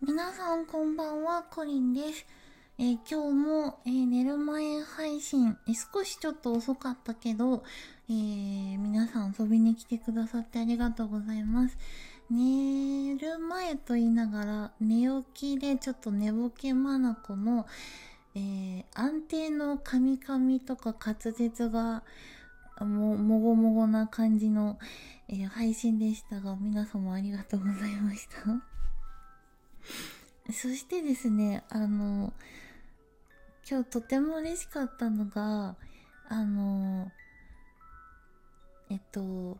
皆さんこんばんは、コリンです。今日も、寝る前配信、少しちょっと遅かったけど、皆さん遊びに来てくださってありがとうございます。寝る前と言いながら、寝起きでちょっと寝ぼけまなこの、安定のカミカミとか滑舌がもごもごな感じの、配信でしたが、皆様ありがとうございました。そしてですね、今日とても嬉しかったのが、あの、えっと、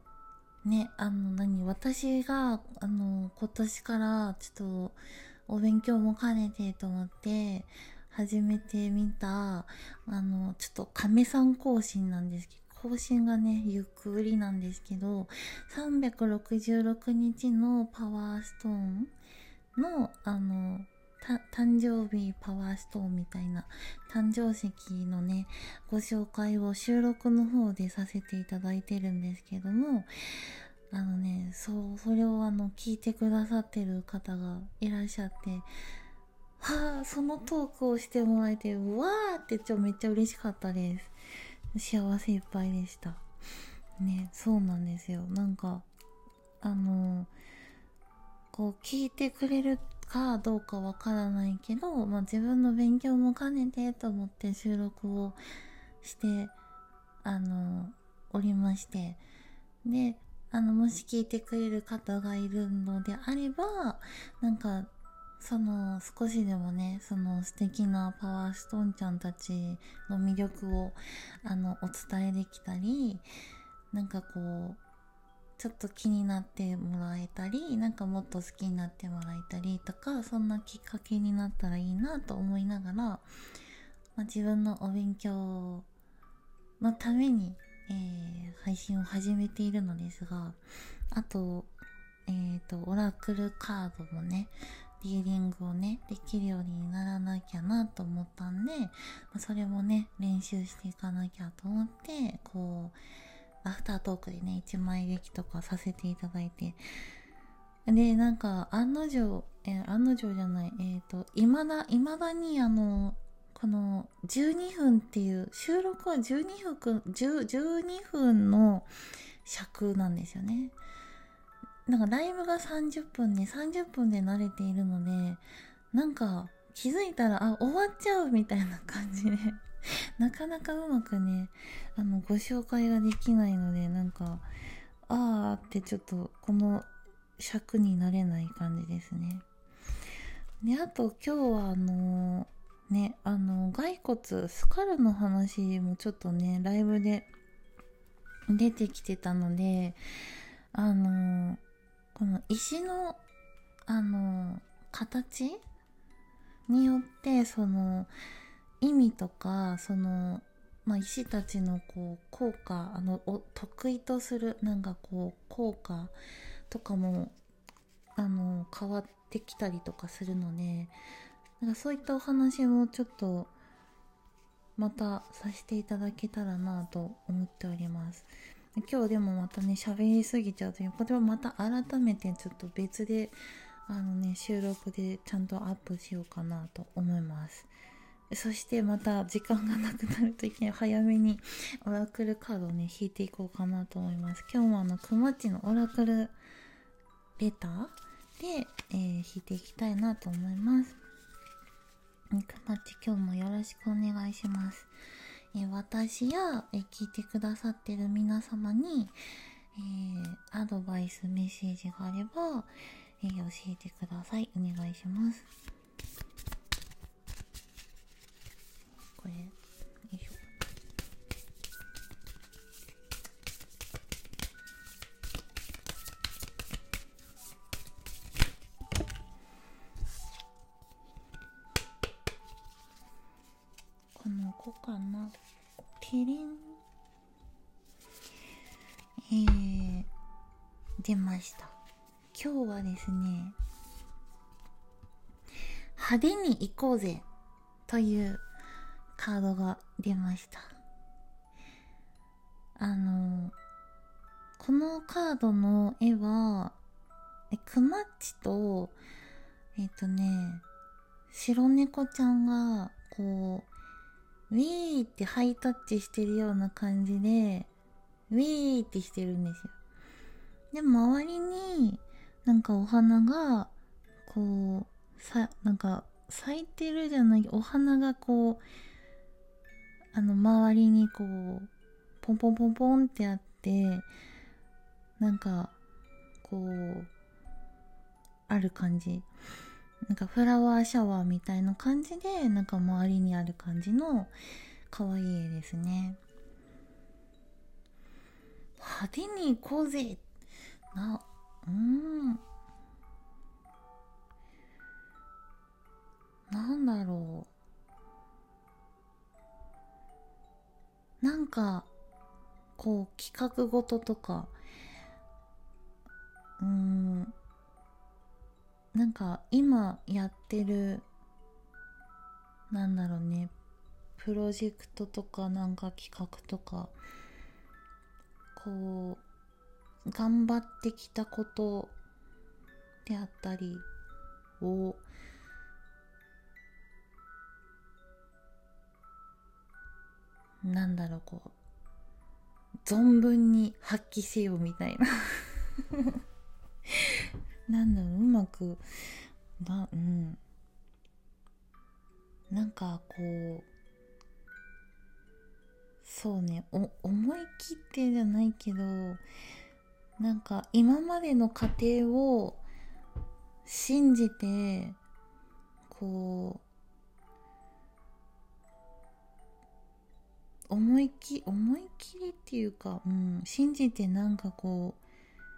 私が、今年からちょっとお勉強も兼ねてと思って始めてみた、ちょっと亀さん更新なんですけど、更新がね、ゆっくりなんですけど、366日のパワーストーンの、誕生日パワーストーンみたいな誕生石のね、ご紹介を収録の方でさせていただいてるんですけども、それを聞いてくださってる方がいらっしゃって、はあ、そのトークをしてもらえて、うわーってめっちゃ嬉しかったです。幸せいっぱいでした。ね、そうなんですよ。あのこう聞いてくれるかどうかわからないけど、自分の勉強も兼ねてと思って収録をしてあのおりまして、でもし聞いてくれる方がいるのであれば、なんかその少しでもね、その素敵なパワーストーンちゃんたちの魅力をお伝えできたり、なんかこうちょっと気になってもらえたり、なんかもっと好きになってもらえたりとか、そんなきっかけになったらいいなと思いながら、自分のお勉強のために、配信を始めているのですが、あと、オラクルカードもね、リーディングをね、できるようにならなきゃなと思ったんで、それもね、練習していかなきゃと思って、こう、アフタートークでね、一枚劇とかさせていただいて、で、なんか、案の定じゃない、未だにこの12分っていう、収録は12分の尺なんですよね。なんかライブが30分で30分で慣れているので、なんか気づいたら、終わっちゃうみたいな感じでなかなかうまくね、ご紹介ができないので、ってちょっとこの尺になれない感じですね。で、あと今日は骸骨、スカルの話もちょっとね、ライブで出てきてたので、この石の、形によって、その、意味とか、その、石たちのこう効果、得意とする効果とかも変わってきたりとかするので、そういったお話もちょっとまたさせていただけたらなと思っております。今日でもまたね、喋りすぎちゃうという、これはまた改めてちょっと別で収録でちゃんとアップしようかなと思います。そしてまた時間がなくなるときに早めにオラクルカードをね、引いていこうかなと思います。今日もくまっちのオラクルレターで、引いていきたいなと思います。くまっち、今日もよろしくお願いします。私や、聞いてくださってる皆様に、アドバイスメッセージがあれば、教えてください。お願いします。これ、よいしょ。この子かな。テレン。出ました。今日はですね、派手に行こうぜというカードが出ました。このカードの絵は、くまっちと、 白猫ちゃんがこうウィーってハイタッチしてるような感じでウィーってしてるんですよ。で周りになんかお花がこうなんか咲いてるじゃない、お花がこう周りにこうポンポンポンポンってあって、なんかこうある感じ、なんかフラワーシャワーみたいな感じで、なんか周りにある感じの可愛い絵ですね。派手に行こうぜな、なんだろう、なんかこう企画ごととか、なんか今やってる、なんだろうね、プロジェクトとかなんか企画とか、こう頑張ってきたことであったりをなんだろう、こう存分に発揮せよみたいななんだろう、うまくなんかこう、そうね、思い切ってじゃないけど、なんか今までの過程を信じて、こう思い切りっていうか、信じて、なんかこう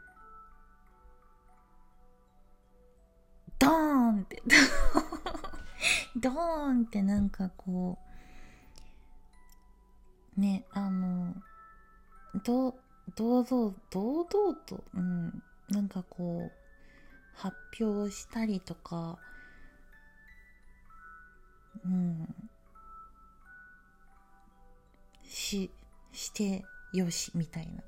ドーンってドーンってなんかこうね、堂々と、なんかこう発表したりとか、してよしみたいな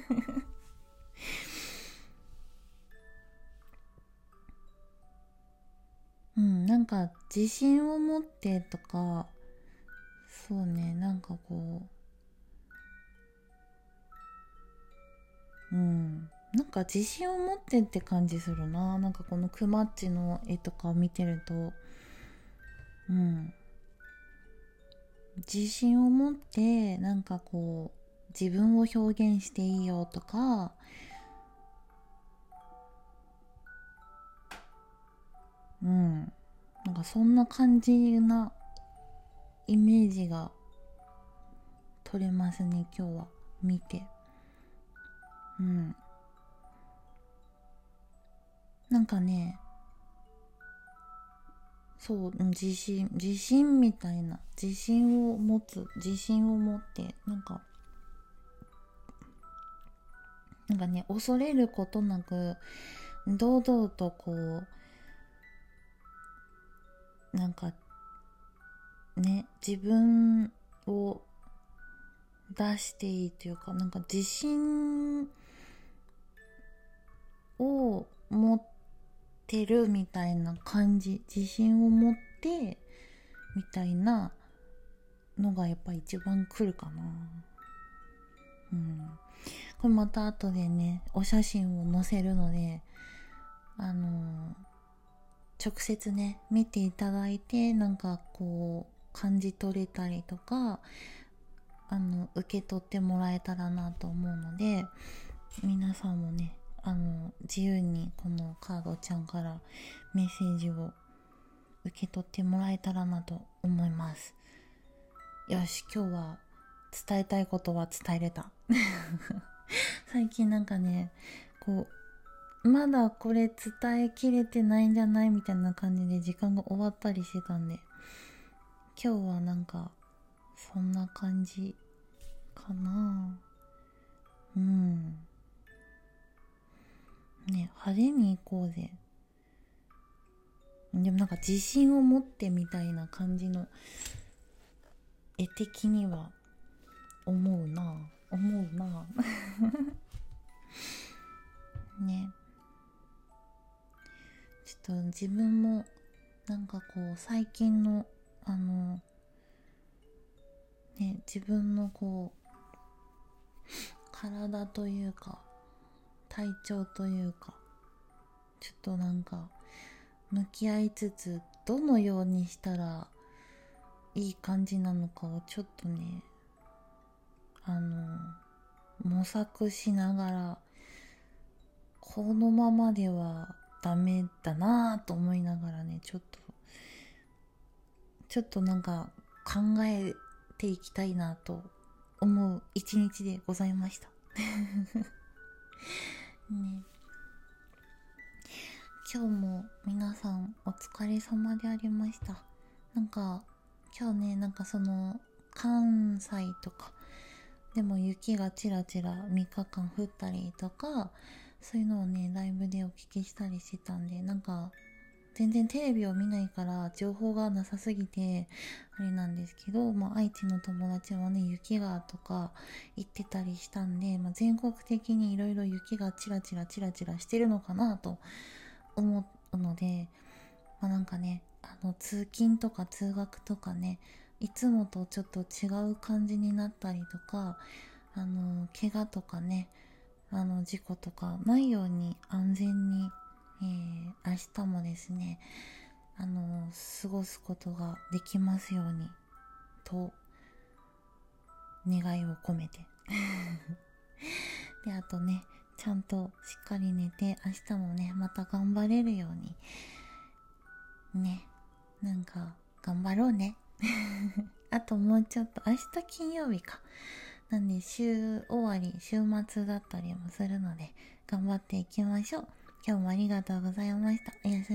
なんか自信を持ってとか、そうね、なんかこう、なんか自信を持ってって感じするな。なんかこのクマッチの絵とかを見てると、自信を持って、なんかこう自分を表現していいよとか、なんかそんな感じなイメージが取れますね、今日は見て。なんかね、そう、自信みたいな、自信を持って、なんかね、恐れることなく堂々とこう、なんかね、自分を出していいというか、なんか自信を持ってるみたいな感じ、自信を持ってみたいなのがやっぱ一番来るかな。これまた後でね、お写真を載せるので、直接ね見ていただいて、なんかこう感じ取れたりとか、受け取ってもらえたらなと思うので、皆さんもね、自由にこのカードちゃんからメッセージを受け取ってもらえたらなと思います。よし、今日は伝えたいことは伝えれた最近なんかね、こうまだこれ伝えきれてないんじゃないみたいな感じで時間が終わったりしてたんで、今日はなんかそんな感じかな。ね、派手に行こうぜ。でもなんか自信を持ってみたいな感じの絵的には思うなね。ちちょっと自分もなんかこう最近の自分のこう体というか体調というか、ちょっとなんか向き合いつつ、どのようにしたらいい感じなのかをちょっとね模索しながら、このままではダメだなぁと思いながらね、ちょっとなんか考えていきたいなと思う一日でございましたね。今日も皆さんお疲れ様でありました。なんか今日ね、なんかその関西とかでも雪がちらちら3日間降ったりとか、そういうのをねライブでお聞きしたりしてたんで、なんか全然テレビを見ないから情報がなさすぎてあれなんですけど、愛知の友達もね雪がとか言ってたりしたんで、全国的にいろいろ雪がチラチラしてるのかなと思うので、なんかね通勤とか通学とかね、いつもとちょっと違う感じになったりとか、怪我とかね、事故とかないように安全に、明日もですね過ごすことができますようにと願いを込めてで、あとねちゃんとしっかり寝て、明日もねまた頑張れるようにね、なんか頑張ろうねあともうちょっと、明日金曜日かなんで週終わり、週末だったりもするので頑張っていきましょう。今日もありがとうございました。おやすみ